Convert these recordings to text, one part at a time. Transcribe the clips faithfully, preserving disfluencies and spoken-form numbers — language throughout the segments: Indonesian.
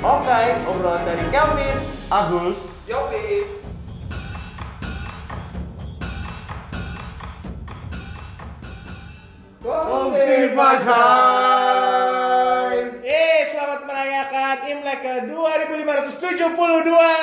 Oke, obrolan dari Kelvin, Agus, Yopi. Kongsi Fajai. Eh, selamat merayakan Imlek ke dua ribu lima ratus tujuh puluh dua.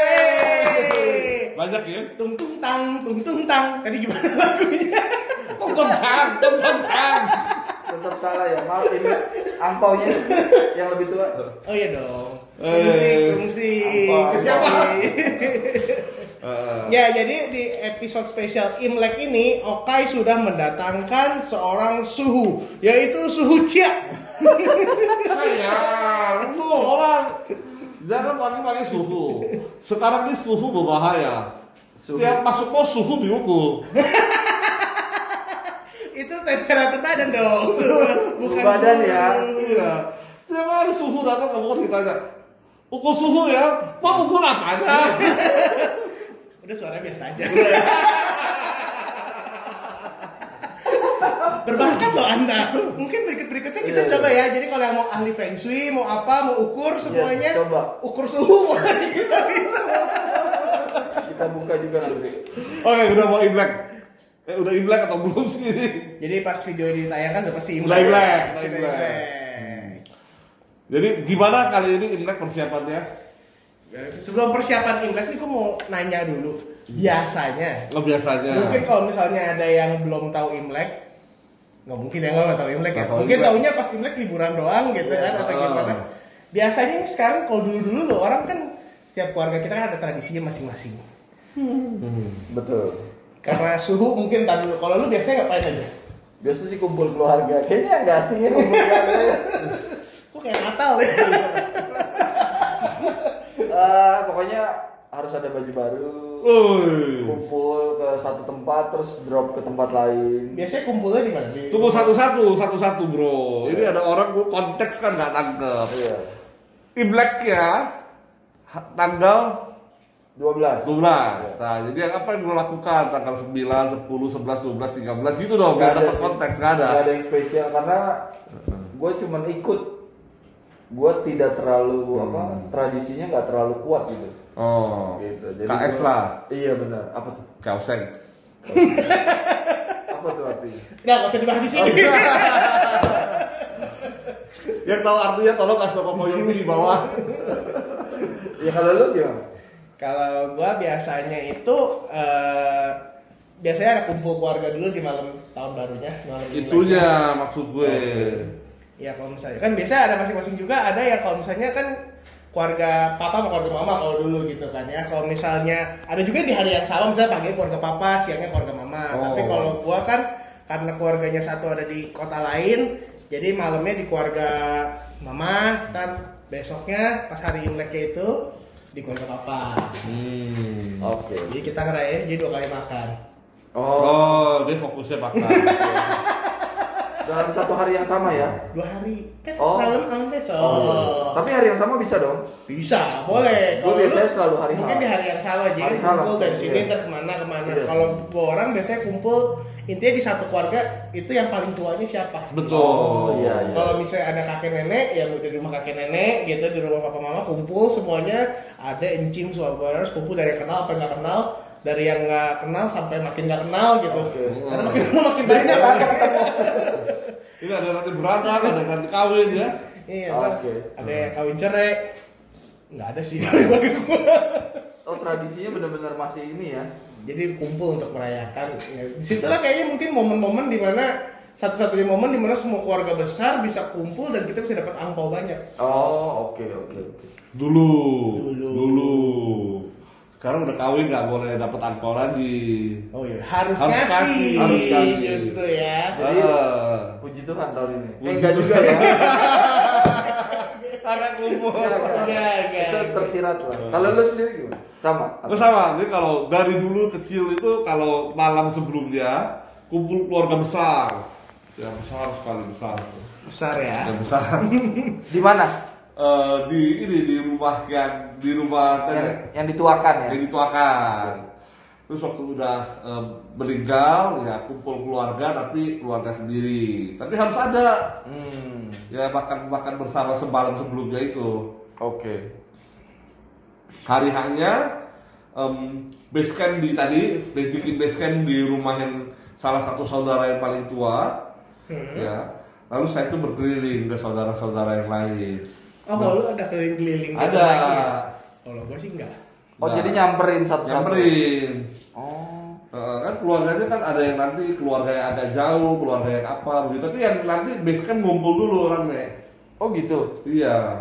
Banyak ya? Tung tung tang, tung tung tang. Tadi gimana lagunya? Tung tung sang, tung tung sang. Tetap salah ya, maaf ini angpaunya yang lebih tua. Oh iya dong. Eh, Kungsi, Ampau. siapa? Uh, Ya, jadi di episode spesial Imlek ini Okai sudah mendatangkan seorang suhu, yaitu suhu Cia. sayang, lu orang jangan pakai-pakai suhu. Sekarang ini suhu berbahaya. Suhu. Tiap masuk pos suhu diukur. Itu temperatur badan dong, suhu, bukan badan suhu. ya. Iya. Tiap kali suhu datang ke pos kita aja. Ukur suhu ya, mau ukur apa aja? Udah suara biasa aja. Berbakat loh Anda. Mungkin berikut-berikutnya kita Iya, coba iya. ya. Jadi kalau yang mau ahli feng shui, mau apa, mau ukur semuanya, coba. ukur suhu boleh kita bisa. Kita buka juga nanti. Oke, udah mau Imlek. Eh, udah Imlek atau belum sih? Jadi pas video ini ditayangkan udah pasti Udah Imlek, Pasti udah udah Imlek. Imlek. Jadi gimana kali ini Imlek persiapannya? Sebelum persiapan Imlek nih, gue mau nanya dulu. Biasanya, Oh, biasanya. mungkin kalau misalnya ada yang belum tahu Imlek, nggak mungkin ya nggak tahu Imlek ya. Nggak tahu Mungkin Imlek. taunya pas Imlek liburan doang gitu Iya. kan atau Ah. gimana. Biasanya nih sekarang kalau dulu-dulu loh orang kan setiap keluarga kita kan ada tradisinya masing-masing. Hmm. Betul. Karena suhu mungkin tak dulu. Kalau lu biasanya ngapain aja? Biasa sih kumpul keluarga. Kayaknya enggak sih ya kumpul keluarga. Kok kayak Natal ya? Eh, pokoknya harus ada baju baru. Woi. Kumpul ke satu tempat terus drop ke tempat lain. Biasanya kumpulnya di mana? Di Tunggu satu-satu, satu-satu bro. Ini ada orang gua konteks kan nggak nangkep. Iya. Imlek ya, ha- tanggal dua belas. dua belas. Nah, jadi apa yang gua lakukan tanggal sembilan, sepuluh, sebelas, dua belas, tiga belas gitu dong. Biar dapat sih. konteks nggak ada. Nggak ada yang spesial karena gue cuman ikut. Gue tidak terlalu Hmm. apa tradisinya nggak terlalu kuat gitu. Oh, Gitu. K S gua- lah, Iya benar. Apa tuh? kaoseng. Apa tuh artinya? Nggak, nggak usah dibahas di sini. Yang tahu artinya tolong kasih tau Koko Yomi di bawah. Ya kalau lu gimana? Kalau gua biasanya itu eh, biasanya ada kumpul keluarga dulu di malam tahun barunya, malam Imlek. Itunya maksud gue. Ya kalau misalnya kan biasanya ada masing-masing juga, ada yang kalau misalnya kan keluarga papa sama keluarga mama kalau dulu gitu kan ya. Kalau misalnya ada juga di hari yang sama, misalnya pagi keluarga papa, siangnya keluarga mama. Oh. Tapi kalau gua kan karena keluarganya satu ada di kota lain, jadi malamnya di keluarga mama, dan besoknya pas hari Imleknya itu di keluarga papa. Hmm. Oke. Jadi kita ngerayain jadi dua kali makan. Oh, Oh, dia fokusnya makan. dalam satu hari yang sama ya? Dua hari kan Oh. malam sama besok. Oh. Tapi hari yang sama bisa dong? Bisa, boleh. Gua Kalau biasanya lu, selalu hari mungkin H. di hari yang sama, jadi Hari H kumpul langsung, dari sini iya. ntar kemana kemana. Iya. Kalau gua orang biasanya kumpul intinya di satu keluarga itu yang paling tuanya siapa. Betul. Oh, iya, iya. Kalau misalnya ada kakek nenek yang udah di rumah kakek nenek gitu, di rumah papa mama kumpul semuanya, ada encim saudara sepupu dari yang kenal apa yang nggak kenal, dari yang nggak kenal sampai makin nggak kenal gitu. Oke. Karena makin lama makin banyak kan. Ini ada nanti beranak, ada nanti kawin ya. Iya, Oke. ada yang kawin cerai. Nggak ada sih dari keluarga gua. Oh tradisinya benar-benar masih ini ya? Jadi kumpul untuk merayakan. Ya, disitulah kayaknya mungkin momen-momen dimana satu-satunya momen dimana semua keluarga besar bisa kumpul dan kita bisa dapat angpau banyak. Oh oke oke oke. Dulu. Dulu. Dulu. Sekarang udah kawin nggak boleh dapat angpau lagi. Oh iya, harus, Harus ngasih. kasih, harus kasih. Justru ya. Jadi- Ah. Puji Tuhan tahun ini. Eh, Puji enggak Tuhan. juga ya? Ada kumpul. Enggak, enggak. Enggak, enggak. Itu tersirat lah. Kalau lu sendiri gimana? Sama. Gue sama, jadi kalau dari dulu kecil itu kalau malam sebelumnya kumpul keluarga besar, yang besar sekali besar, Besar ya. yang besar. Di mana? Eh, di ini di rumah yang di rumah Yang, nenek yang dituakan ya? yang dituakan. Terus waktu udah eh, meninggal ya kumpul keluarga tapi keluarga sendiri. Tapi harus ada Hmm. ya makan makan bersama semalam sebelumnya itu. Oke. Hari hanya um, base camp di tadi, bikin base camp di rumah yang salah satu saudara yang paling tua, hmm. ya. Lalu saya itu berkeliling ke saudara-saudara yang lain. Oh, nah, lu ada keliling-keliling gitu ada. lagi ya? Kalau gue sih enggak. Oh, nah, jadi nyamperin satu-satu. Nyamperin. Oh. Uh, kan keluarganya kan ada yang nanti keluarga yang agak jauh, keluarga yang apa begitu. Tapi yang nanti base camp ngumpul dulu rame. Oh gitu. Iya.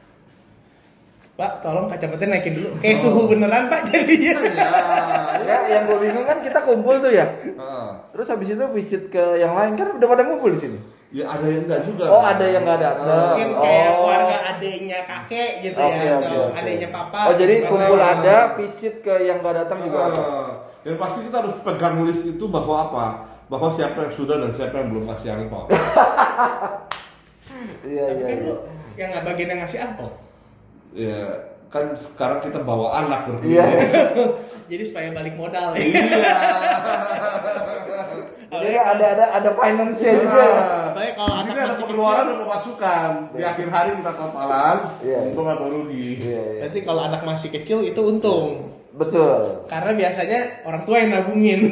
Pak, tolong kacamatanya naikin dulu. Kayak suhu beneran, Pak, jadinya. Ya, ya, yang gue bingung kan kita kumpul tuh ya. Uh. Terus habis itu visit ke yang lain kan udah pada ngumpul di sini. Ya ada yang enggak juga. Oh, kan? Ada yang enggak datang. Mungkin oh. kayak keluarga adiknya kakek gitu okay, ya, okay, atau okay. adiknya papa. Oh, jadi gitu. kumpul ada, visit ke yang enggak datang juga uh. ada. Yang pasti kita harus pegang list itu bahwa apa? Bahwa siapa yang sudah dan siapa yang belum kasih angpau. Iya, Tapi iya. kan iya. lu yang nggak bagian yang ngasih angpau. Ya, kan sekarang kita bawa anak berdua. Iya. Jadi supaya balik modal ya. Iya. Jadi ada ada ada finance-nya juga. Apalagi kalau Di anak sini ada masih pengeluaran kecil. dan pemasukan. Di akhir hari kita totalan, Iya. untung atau rugi. Iya, iya. Berarti kalau anak masih kecil itu untung. Betul. Karena biasanya orang tua yang nabungin.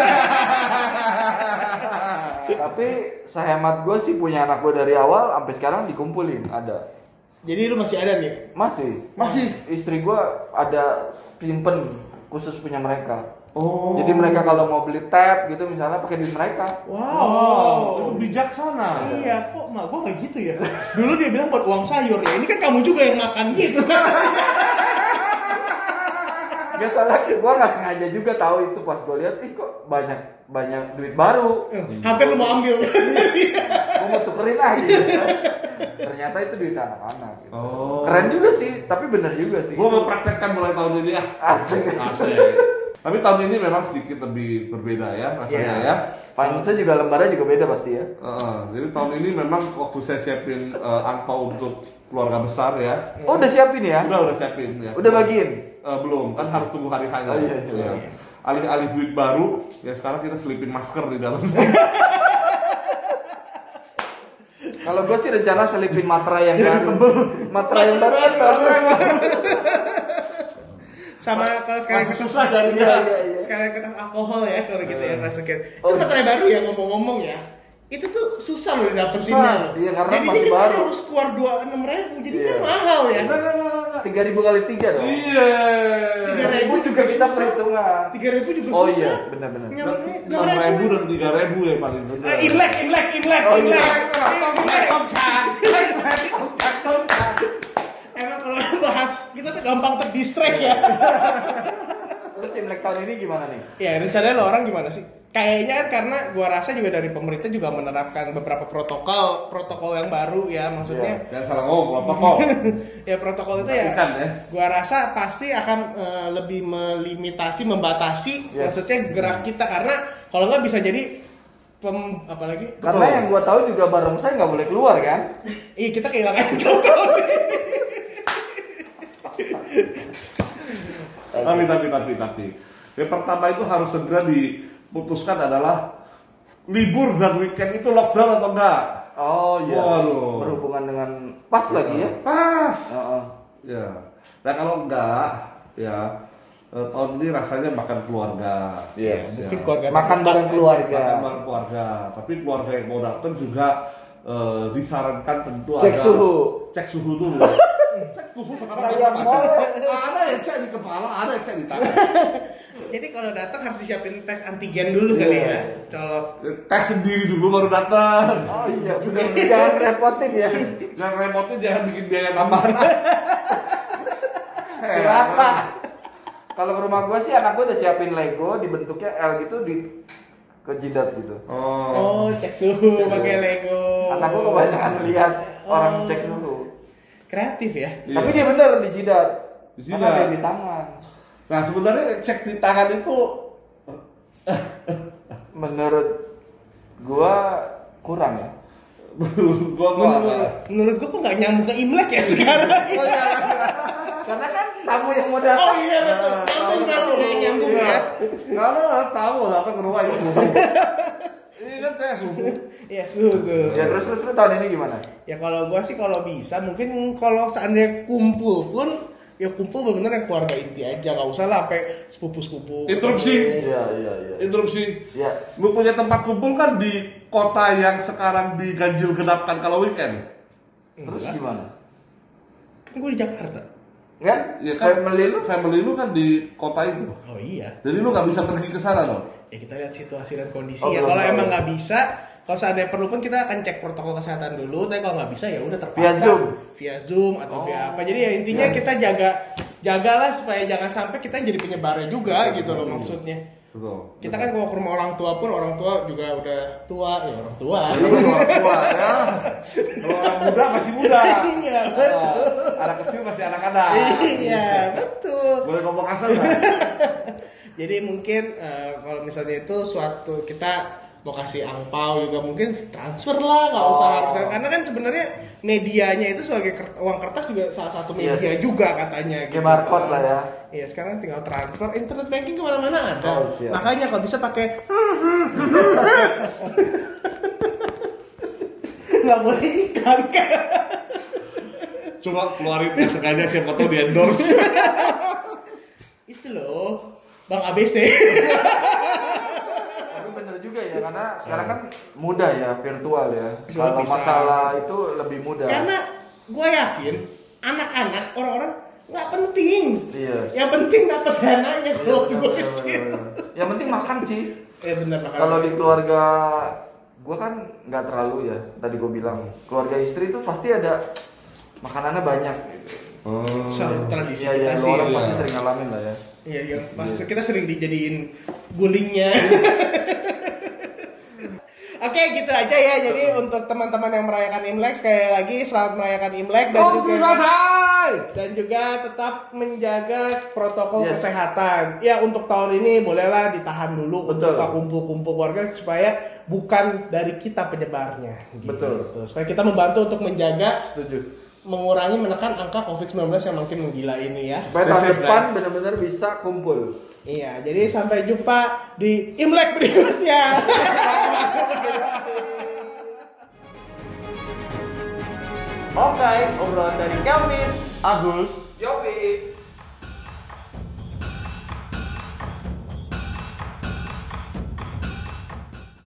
Tapi sehemat gue sih punya anak gue dari awal sampai sekarang dikumpulin ada. Jadi lu masih ada nih? Masih. Masih. Istri gue ada simpen khusus punya mereka. Oh. Jadi mereka kalau mau beli tab gitu misalnya pakai duit mereka. Wow. Itu bijaksana. Iya, kok mak gue kayak gitu ya? Dulu dia bilang buat uang sayur ya. Ini kan kamu juga yang makan gitu. Gak salah, gue nggak sengaja juga tahu itu pas gue lihat, ih kok banyak banyak duit baru. Hampir lu mau ambil. Gue mau tukerin lagi. Gitu. Ternyata itu duit anak-anak. Gitu. Oh. Keren juga sih, tapi bener juga sih. Gue mau praktekkan mulai tahun ini ya. Asik. Asik. Tapi tahun ini memang sedikit lebih berbeda ya rasanya Yeah. ya. Finance-nya juga lembarnya juga beda pasti ya. Uh, jadi tahun ini memang waktu saya siapin uh, angpau untuk keluarga besar ya. Oh udah siapin ya? Udah udah siapin ya. Udah bagiin? Uh, belum, kan harus tunggu hari hanya. Oh, iya, iya. Ya. Alih-alih duit baru, ya sekarang kita selipin masker di dalam. Kalau gue sih rencana selipin matra yang baru. Matra yang baru kan bagus. Sama kalau sekarang Masih kita susah carinya. Iya, iya, iya. sekarang kita alkohol ya kalau gitu ya masukin. Oh. Itu materai baru ya ngomong-ngomong ya. Itu tuh susah loh dapetinnya Susah, loh. iya, karena Jadinya masih kita baru. harus keluar dua puluh enam ribu, jadinya Iya. mahal ya. Enggak, enggak, enggak, enggak. Tiga ribu kali tiga dong. Iya. Tiga ribu juga kita susah. perhitungan. Tiga ribu juga Oh susah. iya, benar-benar. Nyampe Enam ribu dan tiga ribu ya paling benar. Eh, Imlek, Imlek, Imlek, Oh, Imlek. iya. Emang kalau bahas kita tuh gampang terdistract ya. Terus Imlek tahun ini gimana nih? Ya rencananya lo orang gimana sih? Kayaknya kan karena gua rasa juga dari pemerintah juga menerapkan beberapa protokol protokol yang baru ya maksudnya. Jangan salah ngomong protokol. Ya protokol itu ya, Perhatikan ya. gua rasa pasti akan eh, lebih melimitasi, membatasi Yes. maksudnya gerak kita karena kalau nggak bisa jadi pem apalagi Karena yang gua tahu juga barongsai nggak boleh keluar kan? iya kita kehilangan contoh. Tapi tapi tapi tapi. Yang pertama itu harus segera diputuskan adalah libur dan weekend itu lockdown atau enggak? Oh iya. Waduh. Berhubungan dengan pas lagi ya. Pas. Heeh. Ya. Dan kalau enggak, ya eh, tahun ini rasanya makan keluarga. Iya. Mungkin keluarga Makan bareng keluarga. Makan bareng keluarga. Tapi keluarga yang mau datang juga eh, disarankan tentu Cek ada suhu. cek suhu dulu. Cek suhu sekarang Kayak macam-macam. mall. Ada yang cek di kepala, ada yang cek di tangan. Jadi kalau datang harus disiapin tes antigen dulu kali Iya. ya. Colok. Tes sendiri dulu baru datang. Oh iya, benar. Jangan repotin ya. Yang repotnya jangan bikin biaya tambahan. Siapa? Kalau ke rumah gua sih anak gua udah siapin Lego dibentuknya L gitu di ke jidat gitu. Oh. Oh, cek suhu pakai Lego. Anak gua kebanyakan lihat orang Oh. cek dulu. Kreatif ya. Iya. Tapi dia bener di jidat. Di Kan jidat. ada yang di tangan. Nah sebenarnya cek di tangan itu Menurut gua kurang ya. menurut gua kok Menurut, agak- menurut gua kok nggak nyambung ke Imlek ya sekarang. Oh, iya. Karena kan tamu yang mau Oh datang. iya betul. Nyambung berarti ya nyambung Iya. ya. Kalau tamu datang ke rumah itu. Ini kan saya suhu. Ya suhu. Ya terus terus lu tahun ini gimana? Ya kalau gua sih kalau bisa mungkin kalau seandainya kumpul pun ya kumpul benar-benar yang keluarga inti aja, nggak usah lah sampai sepupu-sepupu. Interupsi. Iya iya iya. Interupsi. Iya. Lu punya tempat kumpul kan di kota yang sekarang diganjil genapkan kalau weekend. Terus Enggak. gimana? Kan gua di Jakarta. Enggak? Ya kan, Family lu? family lu kan di kota itu. Oh iya. Jadi lu nggak bisa pergi ke sana dong. Ya kita lihat situasi dan kondisi Oh, ya. belum Kalau tahu. emang nggak bisa, kalau seandainya perlu pun kita akan cek protokol kesehatan dulu. Tapi kalau nggak bisa ya udah terpaksa Via Zoom? via Zoom atau Oh, via apa. Jadi ya intinya yes. kita jaga jagalah supaya jangan sampai kita jadi penyebarnya juga gitu loh maksudnya. Betul. Kita kan kalau ke rumah orang tua pun orang tua juga udah tua ya orang tua. Lu orang tua ya. Kalau orang muda masih muda. Iya betul. Ah, anak kecil masih anak-anak. Iya betul. Boleh ngomong kasar nggak? Jadi mungkin eh, kalau misalnya itu suatu kita mau kasih angpau juga mungkin transfer lah, nggak usah Oh. harus karena kan sebenarnya medianya itu sebagai kert- uang kertas juga salah satu media Yes. juga katanya. Kayak barcode lah ya. Iya sekarang tinggal transfer, internet banking kemana-mana ada. Oh, siap. Makanya kalau bisa pakai nggak boleh ikan kan? Coba keluarin nggak sengaja siapa tahu di endorse. Itu loh, Bang A B C. Tapi bener juga ya karena sekarang kan mudah ya virtual ya. Semua Kalau bisa. masalah itu lebih mudah. Karena gue yakin anak-anak orang-orang nggak penting. Iya. Yang penting dapat dananya Iya, kalau waktu bener, gue bener, kecil. bener, bener. Yang penting makan sih. Eh benar makan. Kalau di keluarga gue kan nggak terlalu ya. Tadi gue bilang keluarga istri itu pasti ada makanannya banyak. Gitu. Oh. Suatu tradisi Iya, kita ya, sih. orang iya. pasti sering ngalamin lah ya. Iya, iya. Pas kita sering dijadiin gulingnya. Oke, gitu aja ya. Jadi untuk teman-teman yang merayakan Imlek sekali lagi selamat merayakan Imlek dan Oh, juga selesai. dan juga tetap menjaga protokol Yes. kesehatan. Ya untuk tahun ini bolehlah ditahan dulu Betul. untuk nggak kumpul-kumpul keluarga supaya bukan dari kita penyebarnya. Gitu. Betul. Supaya kita membantu untuk menjaga Setuju. mengurangi menekan angka covid sembilan belas yang makin menggila ini ya. Supaya Stay tahun safe, depan guys. benar-benar bisa kumpul. Iya, jadi sampai jumpa di Imlek berikutnya. Oke, obrolan dari Kelvin, Agus. Yopi.